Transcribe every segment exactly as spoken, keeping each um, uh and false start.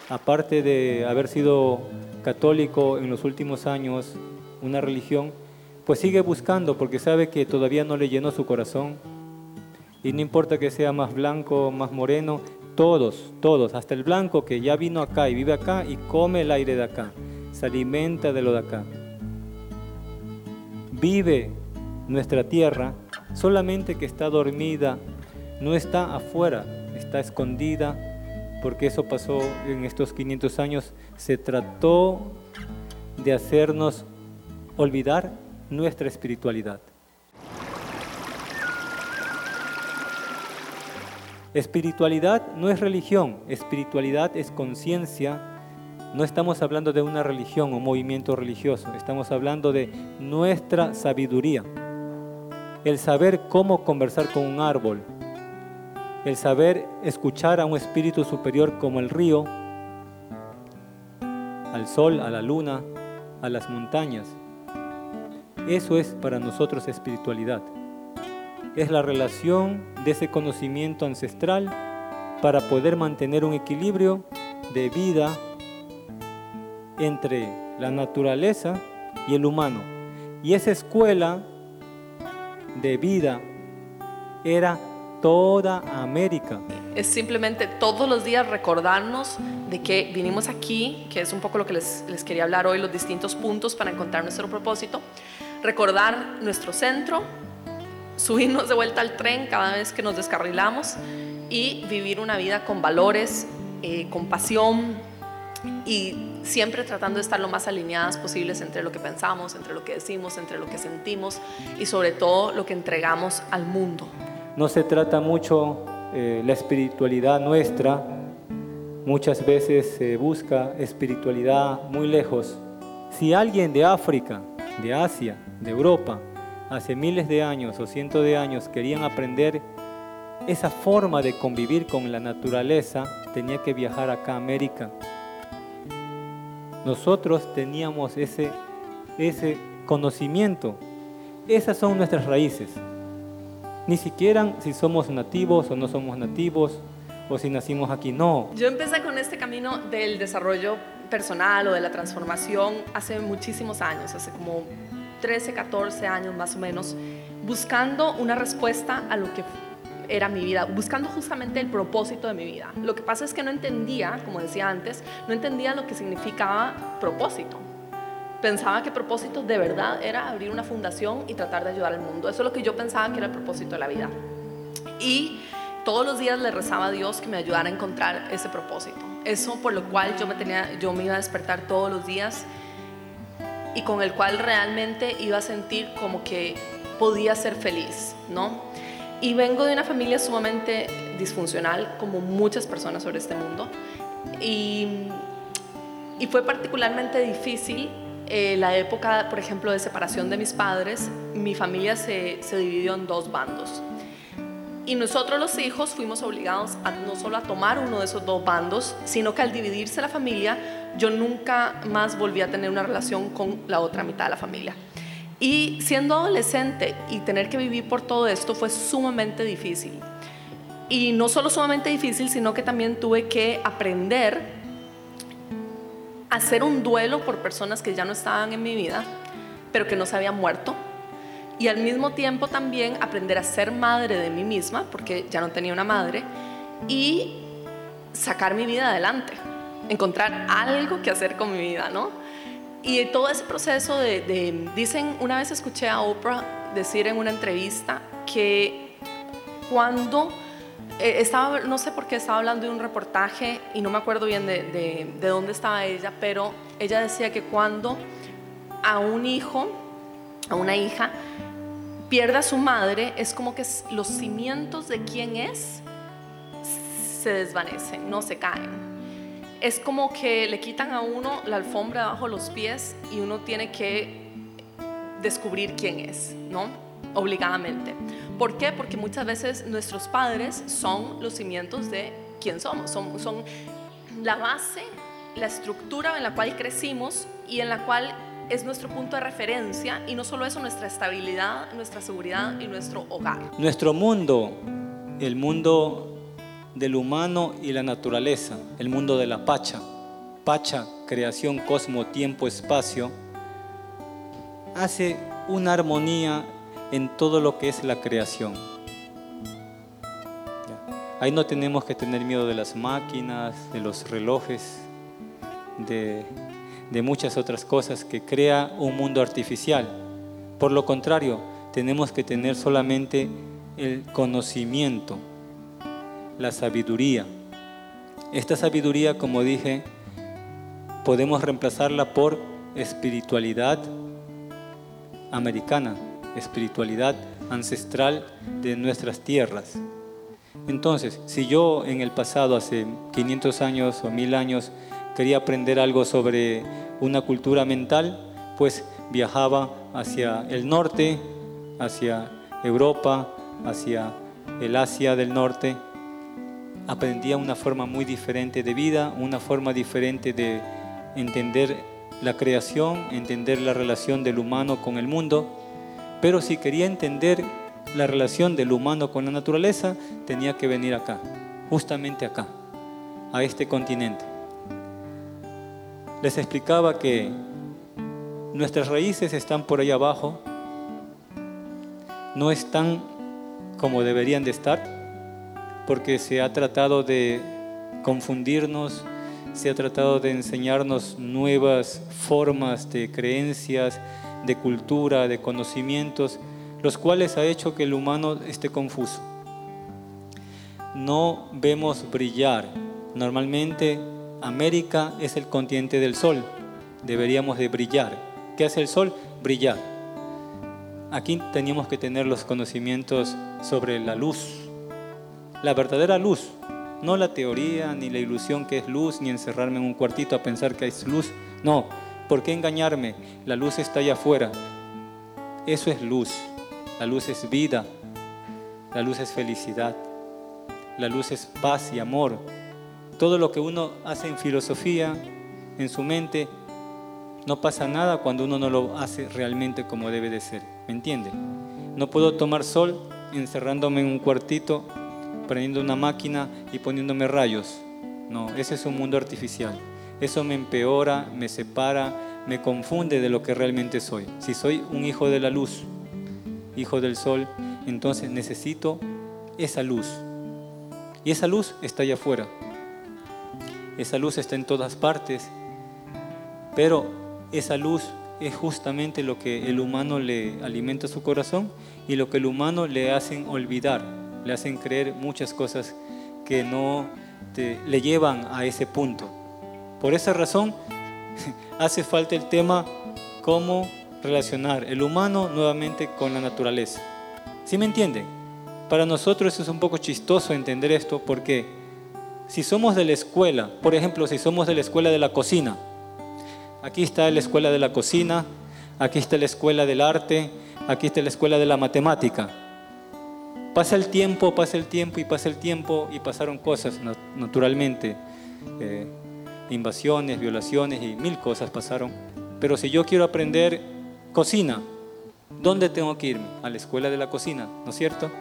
aparte de haber sido católico en los últimos años, una religión, pues sigue buscando porque sabe que todavía no le llenó su corazón. Y no importa que sea más blanco, más moreno, todos, todos, hasta el blanco que ya vino acá y vive acá y come el aire de acá, se alimenta de lo de acá. Vive nuestra tierra, solamente que está dormida, no está afuera, está escondida, porque eso pasó en estos quinientos años. Se trató de hacernos olvidar nuestra espiritualidad. Espiritualidad no es religión, espiritualidad es conciencia. No estamos hablando de una religión o movimiento religioso, estamos hablando de nuestra sabiduría. El saber cómo conversar con un árbol, el saber escuchar a un espíritu superior como el río, al sol, a la luna, a las montañas. Eso es para nosotros espiritualidad. Es la relación de ese conocimiento ancestral para poder mantener un equilibrio de vida entre la naturaleza y el humano. Y esa escuela de vida era toda América. Es simplemente todos los días recordarnos de que vinimos aquí, que es un poco lo que les, les quería hablar hoy, los distintos puntos para encontrar nuestro propósito. Recordar nuestro centro, subirnos de vuelta al tren cada vez que nos descarrilamos y vivir una vida con valores, eh, con pasión y siempre tratando de estar lo más alineadas posibles entre lo que pensamos, entre lo que decimos, entre lo que sentimos y sobre todo lo que entregamos al mundo. No se trata mucho eh, la espiritualidad nuestra. Muchas veces se busca espiritualidad muy lejos. Si alguien de África, de Asia, de Europa, hace miles de años o cientos de años querían aprender esa forma de convivir con la naturaleza, tenía que viajar acá a América. Nosotros teníamos ese, ese conocimiento. Esas son nuestras raíces. Ni siquiera si somos nativos o no somos nativos, o si nacimos aquí, no. Yo empecé con este camino del desarrollo personal o de la transformación hace muchísimos años, hace como trece, catorce años más o menos, buscando una respuesta a lo que era mi vida, buscando justamente el propósito de mi vida. Lo que pasa es que no entendía, como decía antes, no entendía lo que significaba propósito. Pensaba que propósito de verdad era abrir una fundación y tratar de ayudar al mundo. Eso es lo que yo pensaba que era el propósito de la vida. Y todos los días le rezaba a Dios que me ayudara a encontrar ese propósito. Eso por lo cual yo me, tenía, yo me iba a despertar todos los días y con el cual realmente iba a sentir como que podía ser feliz, ¿no? Y vengo de una familia sumamente disfuncional, como muchas personas sobre este mundo. Y, y fue particularmente difícil eh, la época, por ejemplo, de separación de mis padres. Mi familia se, se dividió en dos bandos. Y nosotros los hijos fuimos obligados a, no solo a tomar uno de esos dos bandos, sino que al dividirse la familia, yo nunca más volví a tener una relación con la otra mitad de la familia. Y siendo adolescente y tener que vivir por todo esto fue sumamente difícil. Y no solo sumamente difícil, sino que también tuve que aprender a hacer un duelo por personas que ya no estaban en mi vida, pero que no se habían muerto. Y al mismo tiempo también aprender a ser madre de mí misma, porque ya no tenía una madre, y sacar mi vida adelante, encontrar algo que hacer con mi vida, ¿no? Y todo ese proceso de, de, dicen, una vez escuché a Oprah decir en una entrevista que cuando eh, estaba, no sé por qué estaba hablando de un reportaje y no me acuerdo bien de, de, de dónde estaba ella, pero ella decía que cuando a un hijo, a una hija, pierde a su madre, es como que los cimientos de quién es se desvanecen, no se caen. Es como que le quitan a uno la alfombra bajo los pies y uno tiene que descubrir quién es, ¿no? Obligadamente. ¿Por qué? Porque muchas veces nuestros padres son los cimientos de quién somos, son, son la base, la estructura en la cual crecimos y en la cual es nuestro punto de referencia, y no solo eso, nuestra estabilidad, nuestra seguridad y nuestro hogar. Nuestro mundo, el mundo del humano y la naturaleza, el mundo de la pacha, Pacha, creación, cosmo, tiempo, espacio, hace una armonía en todo lo que es la creación. Ahí no tenemos que tener miedo de las máquinas, de los relojes, de, de muchas otras cosas que crea un mundo artificial. Por lo contrario, tenemos que tener solamente el conocimiento, la sabiduría. Esta sabiduría, como dije, podemos reemplazarla por espiritualidad americana, espiritualidad ancestral de nuestras tierras. Entonces, si yo en el pasado, hace quinientos años o mil años, quería aprender algo sobre una cultura mental, pues viajaba hacia el norte, hacia Europa, hacia el Asia del norte. Aprendía una forma muy diferente de vida, una forma diferente de entender la creación, entender la relación del humano con el mundo. Pero si quería entender la relación del humano con la naturaleza, tenía que venir acá, justamente acá, a este continente. Les explicaba que nuestras raíces están por ahí abajo, no están como deberían de estar, porque se ha tratado de confundirnos, se ha tratado de enseñarnos nuevas formas de creencias, de cultura, de conocimientos, los cuales ha hecho que el humano esté confuso. No vemos brillar. Normalmente América es el continente del sol, deberíamos de brillar. ¿Qué hace el sol? Brillar. Aquí teníamos que tener los conocimientos sobre la luz, la verdadera luz, no la teoría ni la ilusión que es luz, ni encerrarme en un cuartito a pensar que es luz. No, ¿por qué engañarme? La luz está allá afuera. Eso es luz. La luz es vida, la luz es felicidad, la luz es paz y amor. Todo lo que uno hace en filosofía, en su mente, no pasa nada cuando uno no lo hace realmente como debe de ser. ¿Me entiende? No puedo tomar sol encerrándome en un cuartito, prendiendo una máquina y poniéndome rayos. No, ese es un mundo artificial. Eso me empeora, me separa, me confunde de lo que realmente soy. Si soy un hijo de la luz, hijo del sol, entonces necesito esa luz. Y esa luz está allá afuera. Esa luz está en todas partes. Pero esa luz es justamente lo que el humano le alimenta su corazón y lo que el humano le hacen olvidar, le hacen creer muchas cosas que no te, le llevan a ese punto. Por esa razón hace falta el tema cómo relacionar el humano nuevamente con la naturaleza. ¿Sí me entienden? Para nosotros es un poco chistoso entender esto porque si somos de la escuela, por ejemplo, si somos de la escuela de la cocina, aquí está la escuela de la cocina, aquí está la escuela del arte, aquí está la escuela de la matemática. Pasa el tiempo, pasa el tiempo y pasa el tiempo y pasaron cosas naturalmente, eh, invasiones, violaciones y mil cosas pasaron. Pero si yo quiero aprender cocina, ¿dónde tengo que irme? A la escuela de la cocina, ¿no es cierto?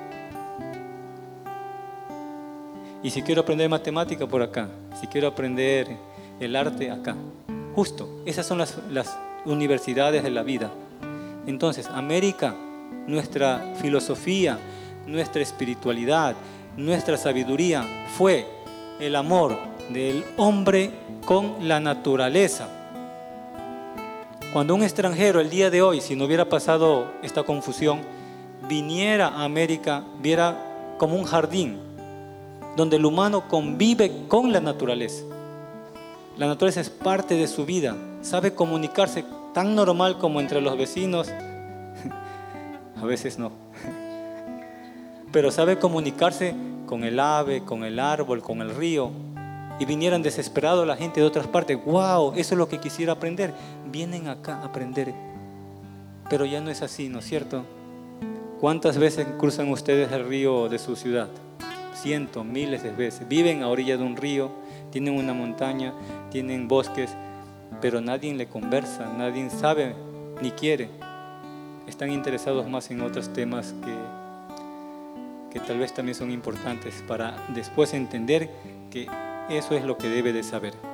Y si quiero aprender matemática, por acá. Si quiero aprender el arte, acá. Justo, esas son las, las universidades de la vida. Entonces, América, nuestra filosofía, nuestra espiritualidad, nuestra sabiduría fue el amor del hombre con la naturaleza. Cuando un extranjero el día de hoy, si no hubiera pasado esta confusión, viniera a América, viera como un jardín donde el humano convive con la naturaleza. La naturaleza es parte de su vida, sabe comunicarse tan normal como entre los vecinos, a veces no, pero sabe comunicarse con el ave, con el árbol, con el río. Y vinieran desesperados la gente de otras partes. ¡Wow! Eso es lo que quisiera aprender. Vienen acá a aprender. Pero ya no es así, ¿no es cierto? ¿Cuántas veces cruzan ustedes el río de su ciudad? Cientos, miles de veces. Viven a orilla de un río, tienen una montaña, tienen bosques, pero nadie le conversa, nadie sabe ni quiere. Están interesados más en otros temas que, que tal vez también son importantes para después entender que eso es lo que debe de saber.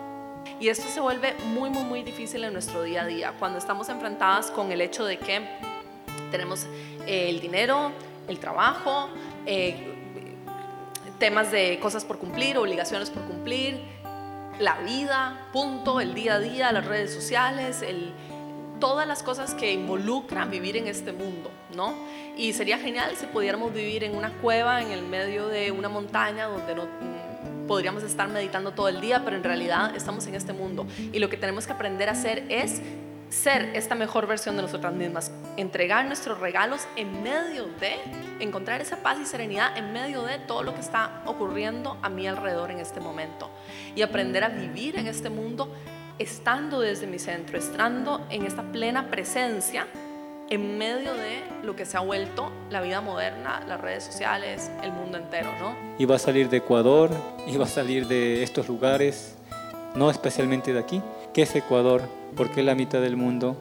Y esto se vuelve muy, muy, muy difícil en nuestro día a día, cuando estamos enfrentadas con el hecho de que tenemos eh, el dinero, el trabajo, eh, temas de cosas por cumplir, obligaciones por cumplir, la vida, punto, el día a día, las redes sociales, el, todas las cosas que involucran vivir en este mundo, ¿no? Y sería genial si pudiéramos vivir en una cueva, en el medio de una montaña donde no podríamos estar meditando todo el día, pero en realidad estamos en este mundo y lo que tenemos que aprender a hacer es ser esta mejor versión de nosotras mismas, entregar nuestros regalos en medio de, encontrar esa paz y serenidad en medio de todo lo que está ocurriendo a mi alrededor en este momento y aprender a vivir en este mundo estando desde mi centro, estando en esta plena presencia en medio de lo que se ha vuelto la vida moderna, las redes sociales, el mundo entero, ¿no? Iba a salir de Ecuador, iba a salir de estos lugares, no especialmente de aquí. ¿Qué es Ecuador? ¿Por qué la mitad del mundo?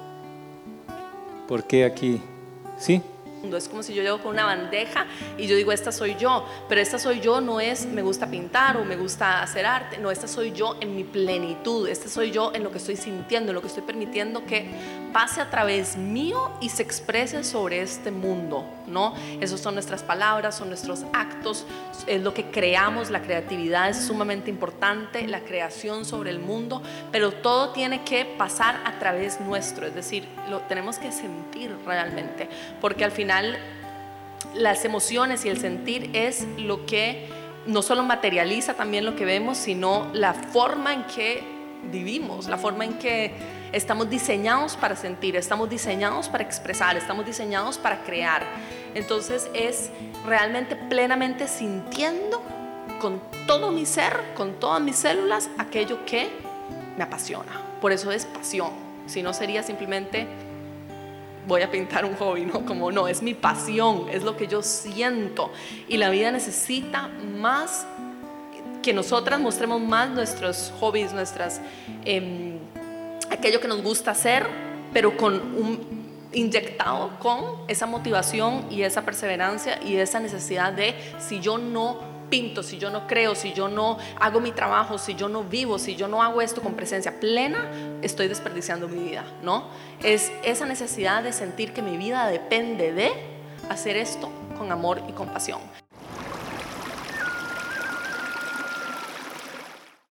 ¿Por qué aquí? ¿Sí? Es como si yo llego con una bandeja y yo digo, esta soy yo, pero esta soy yo no es me gusta pintar o me gusta hacer arte, no, esta soy yo en mi plenitud, esta soy yo en lo que estoy sintiendo, en lo que estoy permitiendo que pase a través mío y se exprese sobre este mundo, ¿no? Esas son nuestras palabras, son nuestros actos, es lo que creamos, la creatividad es sumamente importante, la creación sobre el mundo, pero todo tiene que pasar a través nuestro, es decir, lo tenemos que sentir realmente, porque al final las emociones y el sentir es lo que no solo materializa también lo que vemos, sino la forma en que vivimos, la forma en que estamos diseñados para sentir, estamos diseñados para expresar, estamos diseñados para crear. Entonces es realmente plenamente sintiendo con todo mi ser, con todas mis células, aquello que me apasiona. Por eso es pasión, si no sería simplemente voy a pintar un hobby, ¿no? Como no, es mi pasión, es lo que yo siento y la vida necesita más que nosotras mostremos más nuestros hobbies, nuestras, eh, aquello que nos gusta hacer, pero con un inyectado con esa motivación y esa perseverancia y esa necesidad de si yo no pinto, si yo no creo, si yo no hago mi trabajo, si yo no vivo, si yo no hago esto con presencia plena, estoy desperdiciando mi vida, ¿no? Es esa necesidad de sentir que mi vida depende de hacer esto con amor y compasión.